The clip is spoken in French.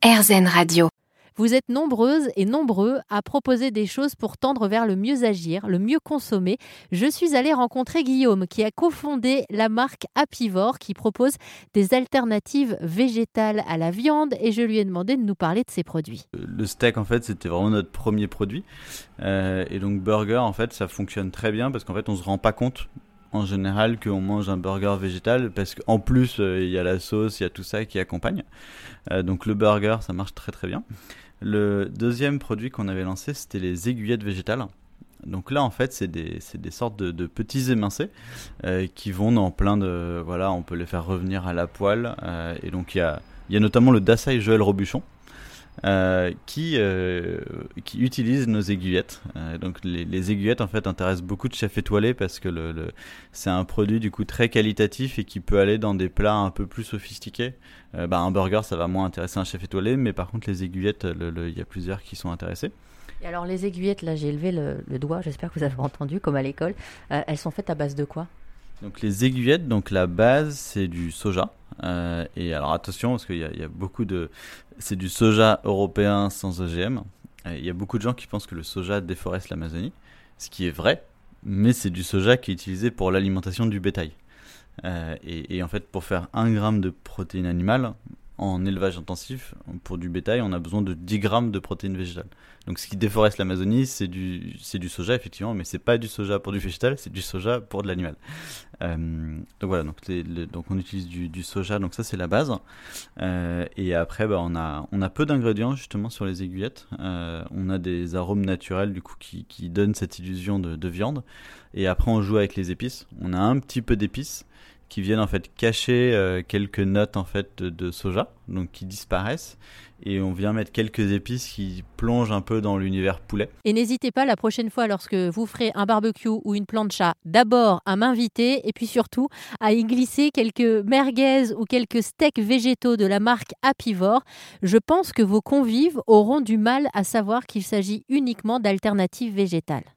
RZN Radio. Vous êtes nombreuses et nombreux à proposer des choses pour tendre vers le mieux agir, le mieux consommer. Je suis allée rencontrer Guillaume qui a cofondé la marque Apivore qui propose des alternatives végétales à la viande et je lui ai demandé de nous parler de ses produits. Le steak, en fait, c'était vraiment notre premier produit. Et donc, burger, en fait, ça fonctionne très bien parce qu'en fait, on se rend pas compte en général qu'on mange un burger végétal parce qu'en plus, il y a la sauce, il y a tout ça qui accompagne. Donc, le burger, ça marche très très bien. Le deuxième produit qu'on avait lancé, c'était les aiguillettes végétales. Donc là, en fait, c'est des sortes de petits émincés qui vont dans plein de... Voilà, on peut les faire revenir à la poêle. Et donc, il y a notamment le Dassaï Joël Robuchon qui utilise nos aiguillettes. Donc les aiguillettes, en fait, intéressent beaucoup de chefs étoilés parce que c'est un produit, du coup, très qualitatif et qui peut aller dans des plats un peu plus sophistiqués. Un burger, ça va moins intéresser un chef étoilé, mais par contre, les aiguillettes, il y a plusieurs qui sont intéressés. Et alors, les aiguillettes, là, j'ai élevé le doigt, j'espère que vous avez entendu, comme à l'école. Elles sont faites à base de quoi ? Donc les aiguillettes, donc la base, c'est du soja. Et alors attention, parce qu'il y a beaucoup de... C'est du soja européen sans OGM. Il y a beaucoup de gens qui pensent que le soja déforeste l'Amazonie, ce qui est vrai, mais c'est du soja qui est utilisé pour l'alimentation du bétail. Et en fait, pour faire 1 gramme de protéines animales, en élevage intensif, pour du bétail, on a besoin de 10 grammes de protéines végétales. Donc ce qui déforeste l'Amazonie, c'est du soja, effectivement, mais c'est pas du soja pour du végétal, c'est du soja pour de l'animal. Donc voilà, donc on utilise du soja, donc ça c'est la base. Et après, on a peu d'ingrédients justement sur les aiguillettes. On a des arômes naturels du coup qui donnent cette illusion de viande. Et après, on joue avec les épices. On a un petit peu d'épices qui viennent en fait cacher quelques notes en fait de soja, donc qui disparaissent, et on vient mettre quelques épices qui plongent un peu dans l'univers poulet. Et n'hésitez pas la prochaine fois lorsque vous ferez un barbecue ou une plancha, d'abord à m'inviter et puis surtout à y glisser quelques merguez ou quelques steaks végétaux de la marque Apivore. Je pense que vos convives auront du mal à savoir qu'il s'agit uniquement d'alternatives végétales.